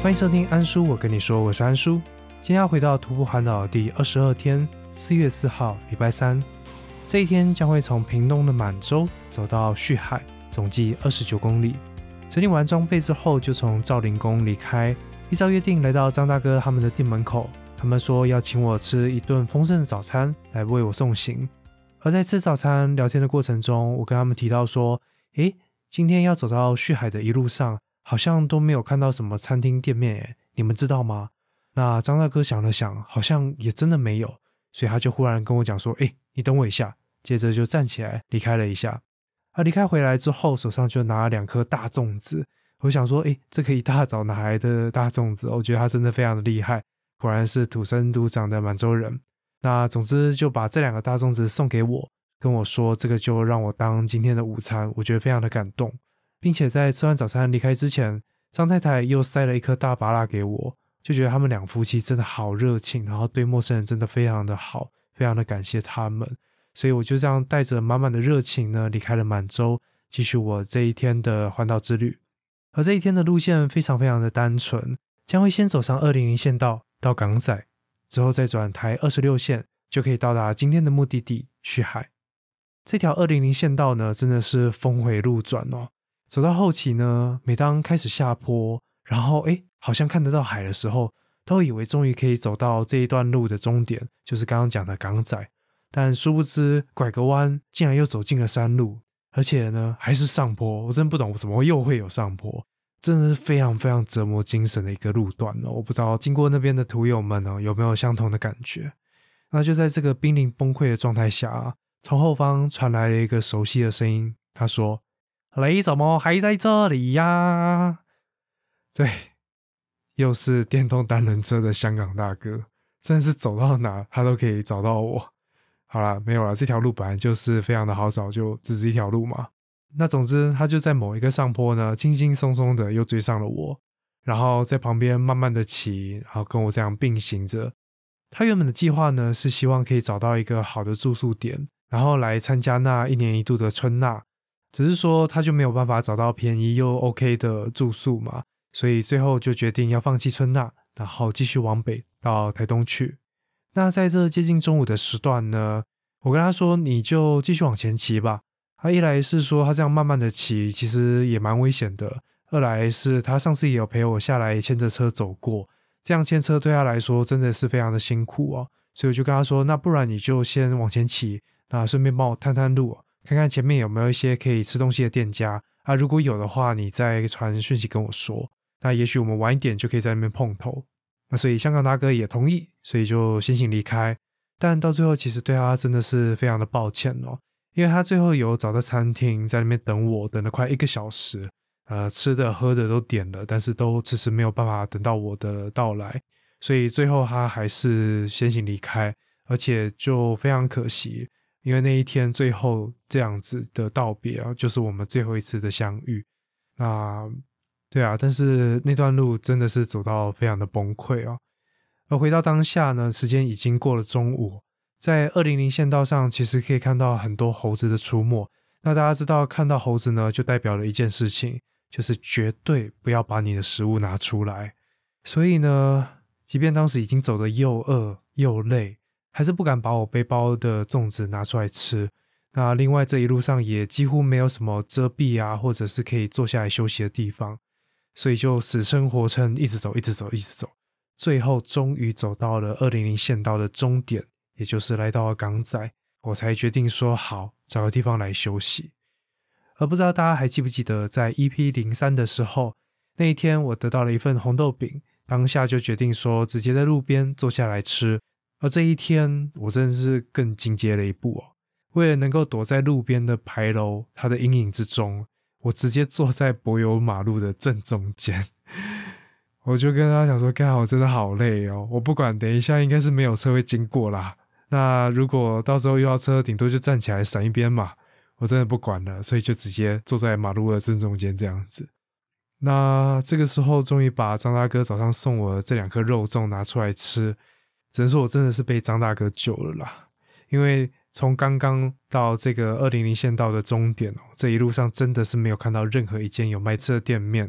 欢迎收听安叔，我跟你说，我是安叔。今天要回到徒步环岛第22天，4月4号，礼拜三。这一天将会从屏东的满洲走到旭海，总计29公里。整理完装备之后，就从兆麟宫离开，依照约定来到张大哥他们的店门口。他们说要请我吃一顿丰盛的早餐，来为我送行。而在吃早餐聊天的过程中，我跟他们提到说，今天要走到旭海的一路上，好像都没有看到什么餐厅店面耶，你们知道吗？那张大哥想了想，好像也真的没有，所以他就忽然跟我讲说，你等我一下，接着就站起来离开了一下。离开回来之后，手上就拿了2颗大粽子。我想说，这个一大早哪来的大粽子？我觉得他真的非常的厉害，果然是土生土长的满洲人。那总之就把这2个大粽子送给我，跟我说这个就让我当今天的午餐，我觉得非常的感动。并且在吃完早餐离开之前，张太太又塞了1颗大芭乐给我，就觉得他们2夫妻真的好热情，然后对陌生人真的非常的好，非常的感谢他们。所以我就这样带着满满的热情呢，离开了满洲，继续我这一天的环岛之旅。而这一天的路线非常非常的单纯，将会先走上200县道到港仔，之后再转台26线，就可以到达今天的目的地旭海。这条200县道呢，真的是峰回路转哦。走到后期呢，每当开始下坡，然后好像看得到海的时候，都以为终于可以走到这一段路的终点，就是刚刚讲的港仔。但殊不知拐个弯竟然又走进了山路，而且呢还是上坡。我真不懂怎么又会有上坡，真的是非常非常折磨精神的一个路段哦。我不知道经过那边的途友们有没有相同的感觉。那就在这个濒临崩溃的状态下，从后方传来了一个熟悉的声音，他说，你怎么还在这里呀？对，又是电动单人车的香港大哥，真的是走到哪他都可以找到我。好啦，没有啦，这条路本来就是非常的好找，就只是一条路嘛。那总之他就在某一个上坡呢，轻轻松松的又追上了我，然后在旁边慢慢的骑，然后跟我这样并行着。他原本的计划呢，是希望可以找到一个好的住宿点，然后来参加那1年1度的春吶。只是说他就没有办法找到便宜又 OK 的住宿嘛，所以最后就决定要放弃春吶，然后继续往北到台东去。那在这接近中午的时段呢，我跟他说你就继续往前骑吧。他一来是说他这样慢慢的骑其实也蛮危险的，二来是他上次也有陪我下来牵着车走过，这样牵车对他来说真的是非常的辛苦哦。所以我就跟他说，那不然你就先往前骑，那顺便帮我探探路看看前面有没有一些可以吃东西的店家啊，如果有的话你再传讯息跟我说，那也许我们晚一点就可以在那边碰头。那所以香港大哥也同意，所以就先行离开。但到最后其实对他真的是非常的抱歉哦，因为他最后有找到餐厅在那边等我，等了快1个小时，吃的喝的都点了，但是都迟迟没有办法等到我的到来，所以最后他还是先行离开，而且就非常可惜，因为那一天最后这样子的道别就是我们最后一次的相遇。那对啊，但是那段路真的是走到非常的崩溃哦。而回到当下呢，时间已经过了中午，在200县道上其实可以看到很多猴子的出没。那大家知道看到猴子呢，就代表了一件事情，就是绝对不要把你的食物拿出来。所以呢，即便当时已经走得又饿又累，还是不敢把我背包的粽子拿出来吃。那另外这一路上也几乎没有什么遮蔽啊，或者是可以坐下来休息的地方，所以就死撑活撑一直走一直走一直走，最后终于走到了200县道的终点，也就是来到了港仔，我才决定说好找个地方来休息。而不知道大家还记不记得在 EP03 的时候，那一天我得到了一份红豆饼，当下就决定说直接在路边坐下来吃。而这一天我真的是更进阶了一步哦，为了能够躲在路边的牌楼它的阴影之中，我直接坐在柏油马路的正中间。我就跟他讲说，干，我真的好累哦，我不管等一下应该是没有车会经过啦，那如果到时候遇到车，顶多就站起来闪一边嘛，我真的不管了，所以就直接坐在马路的正中间这样子。那这个时候终于把张大哥早上送我的这2颗肉粽拿出来吃，只能说我真的是被张大哥救了啦。因为从刚刚到这个200县道的终点这一路上真的是没有看到任何一间有卖吃的店面，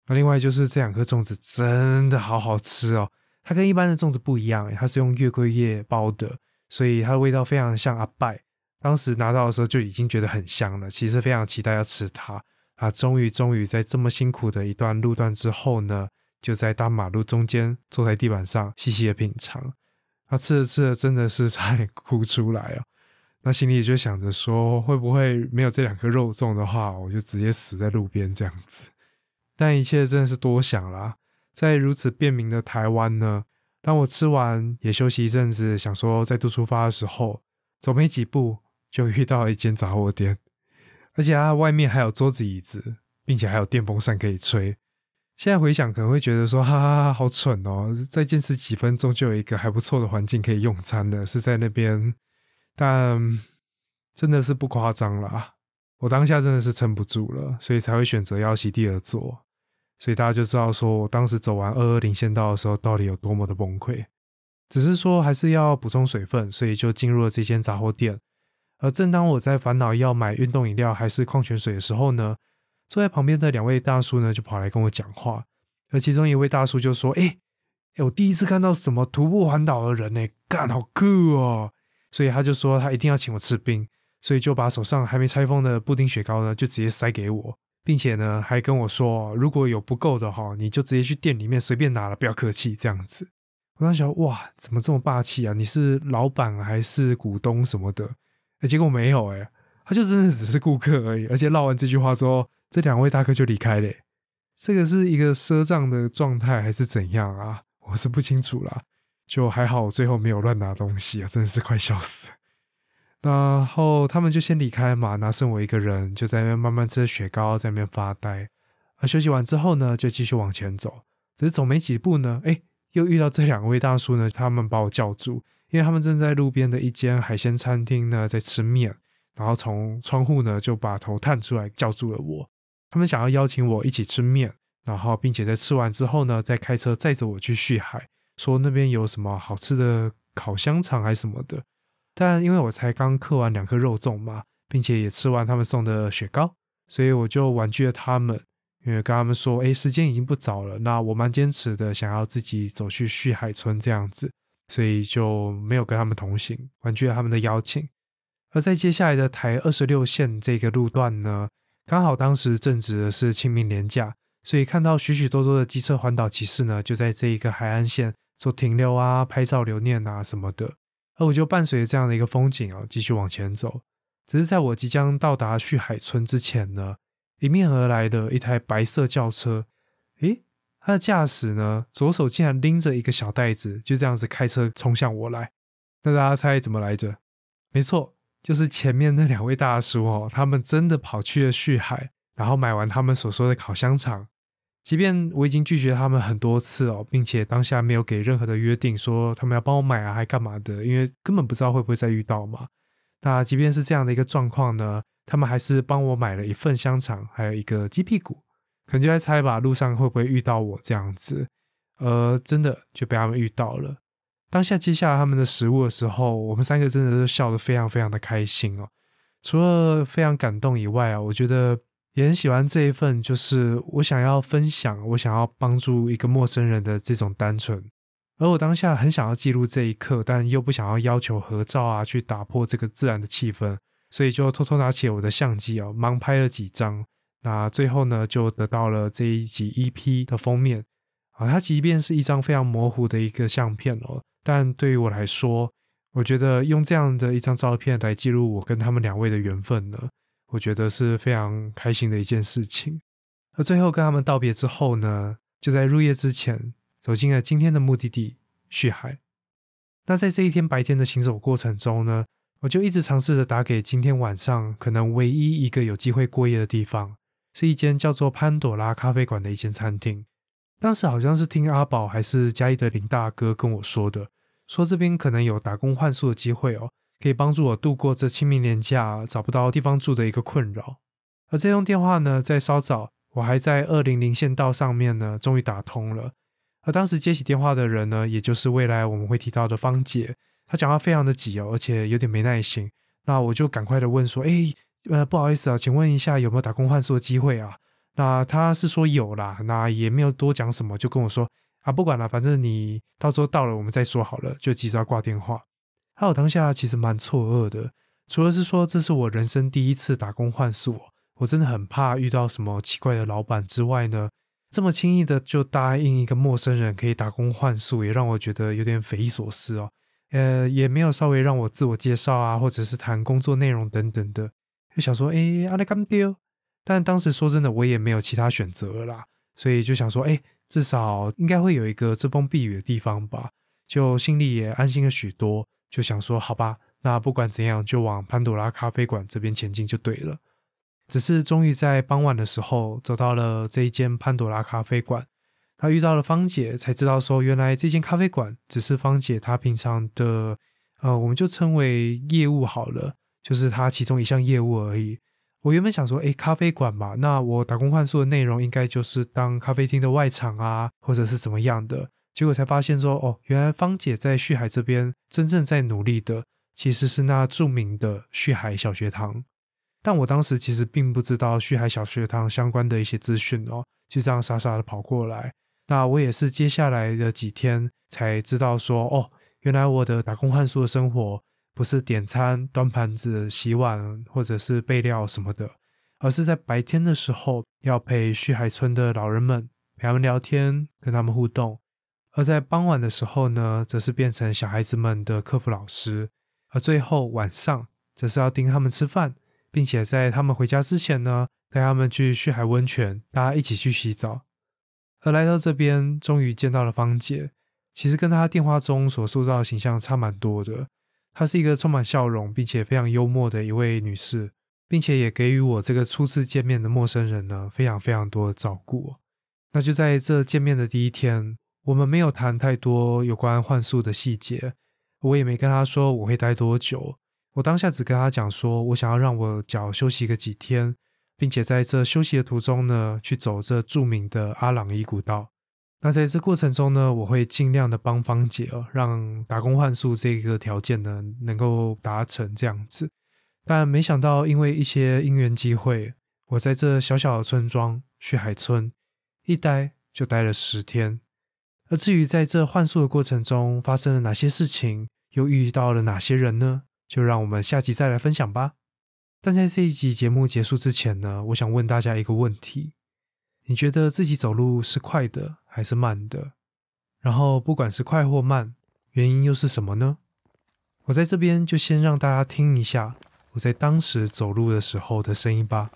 那另外就是这2颗粽子真的好好吃哦，它跟一般的粽子不一样，它是用月桂叶包的，所以它的味道非常像阿拜。当时拿到的时候就已经觉得很香了，其实非常期待要吃它啊。终于在这么辛苦的一段路段之后呢，就在大马路中间坐在地板上细细的品尝。吃着真的是差点哭出来哦。那心里就想着说，会不会没有这2颗肉粽的话，我就直接死在路边这样子。但一切真的是多想啦。在如此便民的台湾呢，当我吃完也休息一阵子，想说再度出发的时候，走没几步就遇到一间杂货店，而且它外面还有桌子椅子，并且还有电风扇可以吹。现在回想可能会觉得说，哈哈哈，好蠢哦，再坚持几分钟就有一个还不错的环境可以用餐了，是在那边。但真的是不夸张啦，我当下真的是撑不住了，所以才会选择要席地而坐。所以大家就知道说我当时走完220县道的时候到底有多么的崩溃。只是说还是要补充水分，所以就进入了这间杂货店。而正当我在烦恼要买运动饮料还是矿泉水的时候呢，坐在旁边的2位大叔呢就跑来跟我讲话。而其中一位大叔就说，我第一次看到什么徒步环岛的人耶，干好酷哦。所以他就说他一定要请我吃冰，所以就把手上还没拆封的布丁雪糕呢就直接塞给我，并且呢还跟我说，如果有不够的你就直接去店里面随便拿了，不要客气这样子。我当时想，哇，怎么这么霸气啊？你是老板还是股东什么的？结果没有他就真的只是顾客而已。而且唠完这句话之后，这2位大哥就离开了。这个是一个赊账的状态还是怎样啊？我是不清楚啦。就还好我最后没有乱拿东西啊，真的是快笑死了。然后他们就先离开嘛，那剩我一个人就在那边慢慢吃雪糕，在那边发呆。而休息完之后呢，就继续往前走。只是走没几步呢，又遇到这2位大叔呢，他们把我叫住，因为他们正在路边的一间海鲜餐厅呢在吃面，然后从窗户呢就把头探出来叫住了我。他们想要邀请我一起吃面，然后并且在吃完之后呢，再开车载着我去旭海，说那边有什么好吃的烤香肠还是什么的。但因为我才刚嗑完2颗肉粽嘛，并且也吃完他们送的雪糕，所以我就婉拒了他们。因为跟他们说时间已经不早了，那我蛮坚持的想要自己走去旭海村这样子，所以就没有跟他们同行，婉拒了他们的邀请。而在接下来的台26线这个路段呢，刚好当时正值的是清明连假，所以看到许许多多的机车环岛骑士呢就在这一个海岸线做停留啊、拍照留念啊什么的。而我就伴随着这样的一个风景继续往前走。只是在我即将到达旭海村之前呢，迎面而来的一台白色轿车，他的驾驶呢左手竟然拎着一个小袋子，就这样子开车冲向我来。那大家猜怎么来着？没错，就是前面那2位大叔他们真的跑去了旭海，然后买完他们所说的烤香肠。即便我已经拒绝他们很多次并且当下没有给任何的约定说他们要帮我买还干嘛的，因为根本不知道会不会再遇到嘛。那即便是这样的一个状况呢，他们还是帮我买了1份香肠还有1个鸡屁股。可能就在猜吧，路上会不会遇到我这样子。真的就被他们遇到了。当下接下来他们的食物的时候，我们3个真的是笑得非常非常的开心除了非常感动以外我觉得也很喜欢这一份，就是我想要分享，我想要帮助一个陌生人的这种单纯。而我当下很想要记录这一刻，但又不想要要求合照啊，去打破这个自然的气氛，所以就偷偷拿起我的相机盲拍了几张。那最后呢，就得到了这一集 EP 的封面它即便是一张非常模糊的一个相片但对于我来说，我觉得用这样的一张照片来记录我跟他们2位的缘分呢，我觉得是非常开心的一件事情。而最后跟他们道别之后呢，就在入夜之前走进了今天的目的地旭海。那在这一天白天的行走过程中呢，我就一直尝试着打给今天晚上可能唯一一个有机会过夜的地方，是一间叫做潘朵拉咖啡馆的一间餐厅。当时好像是听阿宝还是嘉义的林大哥跟我说的，说这边可能有打工换宿的机会可以帮助我度过这清明连假找不到地方住的一个困扰。而这通电话呢，在稍早我还在200线道上面呢，终于打通了。而当时接起电话的人呢，也就是未来我们会提到的芳姐，她讲话非常的急而且有点没耐心。那我就赶快的问说，不好意思请问一下有没有打工换宿的机会啊？ 那他是说有啦，那也没有多讲什么，就跟我说啊，不管了，反正你到时候到了我们再说好了，就急着要挂电话。还有当下其实蛮错愕的，除了是说这是我人生第一次打工换宿，我真的很怕遇到什么奇怪的老板之外呢，这么轻易的就答应一个陌生人可以打工换宿，也让我觉得有点匪夷所思哦。也没有稍微让我自我介绍啊，或者是谈工作内容等等的，就想说啊，那干丢。但当时说真的我也没有其他选择了啦，所以就想说至少应该会有一个遮风避雨的地方吧，就心里也安心了许多，就想说好吧，那不管怎样就往潘朵拉咖啡馆这边前进就对了。只是终于在傍晚的时候走到了这一间潘朵拉咖啡馆，他遇到了芳姐，才知道说原来这间咖啡馆只是芳姐她平常的我们就称为业务好了，就是她其中一项业务而已。我原本想说咖啡馆嘛，那我打工换宿的内容应该就是当咖啡厅的外场啊，或者是怎么样的，结果才发现说原来芳姐在旭海这边真正在努力的其实是那著名的旭海小学堂。但我当时其实并不知道旭海小学堂相关的一些资讯就这样傻傻的跑过来。那我也是接下来的几天才知道说原来我的打工换宿的生活不是点餐、端盘子、洗碗或者是备料什么的，而是在白天的时候要陪旭海村的老人们，陪他们聊天，跟他们互动，而在傍晚的时候呢，则是变成小孩子们的客服老师，而最后晚上则是要盯他们吃饭，并且在他们回家之前呢，带他们去旭海温泉，大家一起去洗澡。而来到这边终于见到了芳姐，其实跟她电话中所塑造的形象差蛮多的。她是一个充满笑容并且非常幽默的一位女士，并且也给予我这个初次见面的陌生人呢非常非常多的照顾。那就在这见面的第一天，我们没有谈太多有关换宿的细节，我也没跟她说我会待多久，我当下只跟她讲说我想要让我脚休息个几天，并且在这休息的途中呢，去走这著名的阿朗伊古道。那在这过程中呢，我会尽量的帮芳姐让打工换宿这个条件呢能够达成这样子。但没想到因为一些因缘机会，我在这小小的村庄旭海村一待就待了10天。而至于在这换宿的过程中发生了哪些事情，又遇到了哪些人呢，就让我们下集再来分享吧。但在这一集节目结束之前呢，我想问大家一个问题，你觉得自己走路是快的还是慢的？然后不管是快或慢，原因又是什么呢？我在这边就先让大家听一下我在当时走路的时候的声音吧。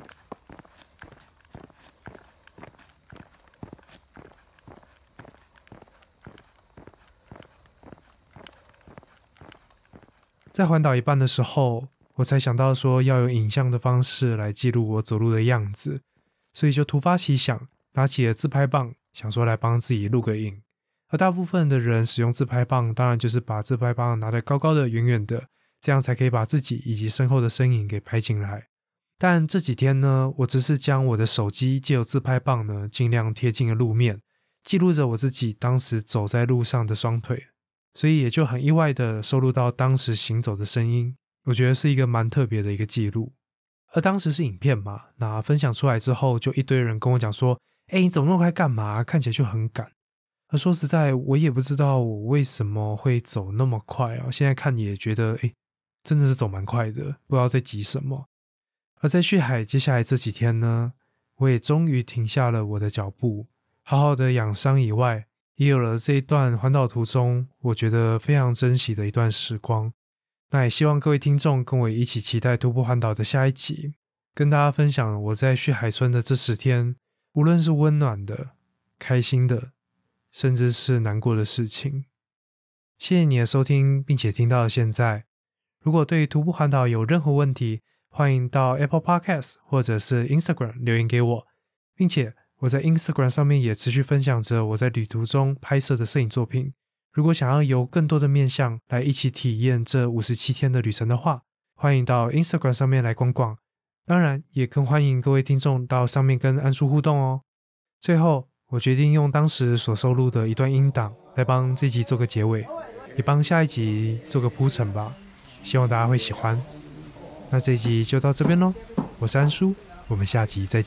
在环岛一半的时候，我才想到说要用影像的方式来记录我走路的样子，所以就突发奇想，拿起了自拍棒，想说来帮自己录个影。而大部分的人使用自拍棒，当然就是把自拍棒拿得高高的、远远的，这样才可以把自己以及身后的身影给拍进来。但这几天呢，我只是将我的手机借由自拍棒呢，尽量贴近了路面，记录着我自己当时走在路上的双腿，所以也就很意外的收录到当时行走的声音。我觉得是一个蛮特别的一个记录。而当时是影片嘛，那分享出来之后，就一堆人跟我讲说你走那么快干嘛？看起来就很赶。而说实在，我也不知道我为什么会走那么快现在看也觉得真的是走蛮快的，不知道在急什么。而在旭海接下来这几天呢，我也终于停下了我的脚步，好好的养伤以外，也有了这一段环岛途中我觉得非常珍惜的一段时光。那也希望各位听众跟我一起期待徒步环岛的下一集，跟大家分享我在旭海村的这10天，无论是温暖的、开心的，甚至是难过的事情。谢谢你的收听，并且听到了现在。如果对于徒步环岛有任何问题，欢迎到 Apple Podcast 或者是 Instagram 留言给我，并且我在 Instagram 上面也持续分享着我在旅途中拍摄的摄影作品。如果想要由更多的面向来一起体验这57天的旅程的话，欢迎到 Instagram 上面来逛逛。当然也更欢迎各位听众到上面跟安叔互动哦。最后我决定用当时所收录的一段音档来帮这集做个结尾，也帮下一集做个铺陈吧，希望大家会喜欢。那这一集就到这边咯，我是安叔，我们下集再见。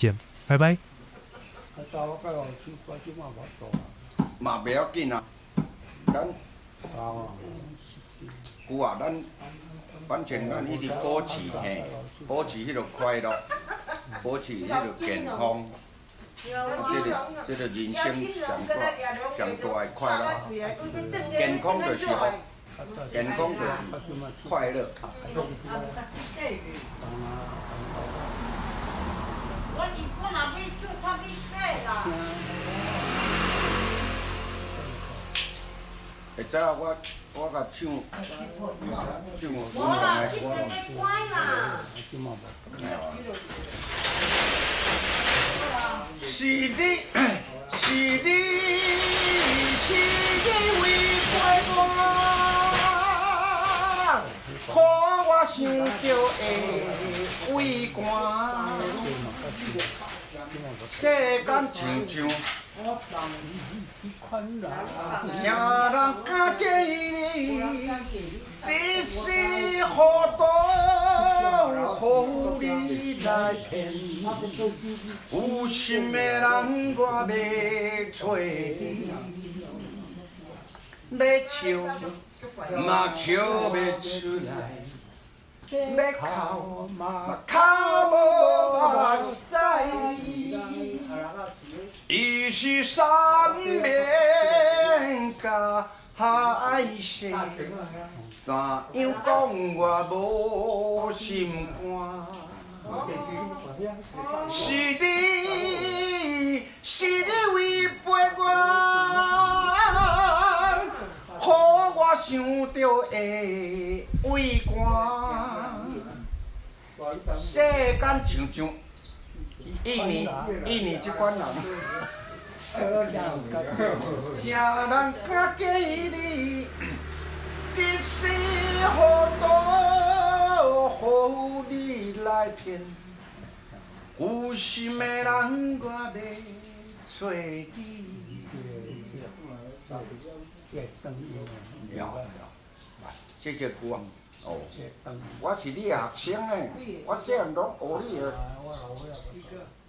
拜拜。 嘛袂要紧啊，咱有啊，咱反正咱一直保持嘿，保持迄个快乐，保持迄个健康，这个人生上大的快乐。健康就是福，健康就是快乐。 我若要煮，较要洗啦。 会知影我甲唱无啦，一定要乖啦。 是你，是你，是你为陪我，可我想着会畏寒。世间亲像啥人敢记你？一时糊涂，予你来骗。有心的人我要找你，要笑嘛笑袂出来。要哭嘛哭无目屎，伊是三面甲海誓，怎样讲我无心肝？是你，是你为陪我，予我想着会畏寒。世间亲像印尼这款人，啥人敢记你？一时糊涂，予你来骗。有心的人我要找你。谢谢姑啊。哦，我是你的学生诶，我细汉拢学你诶。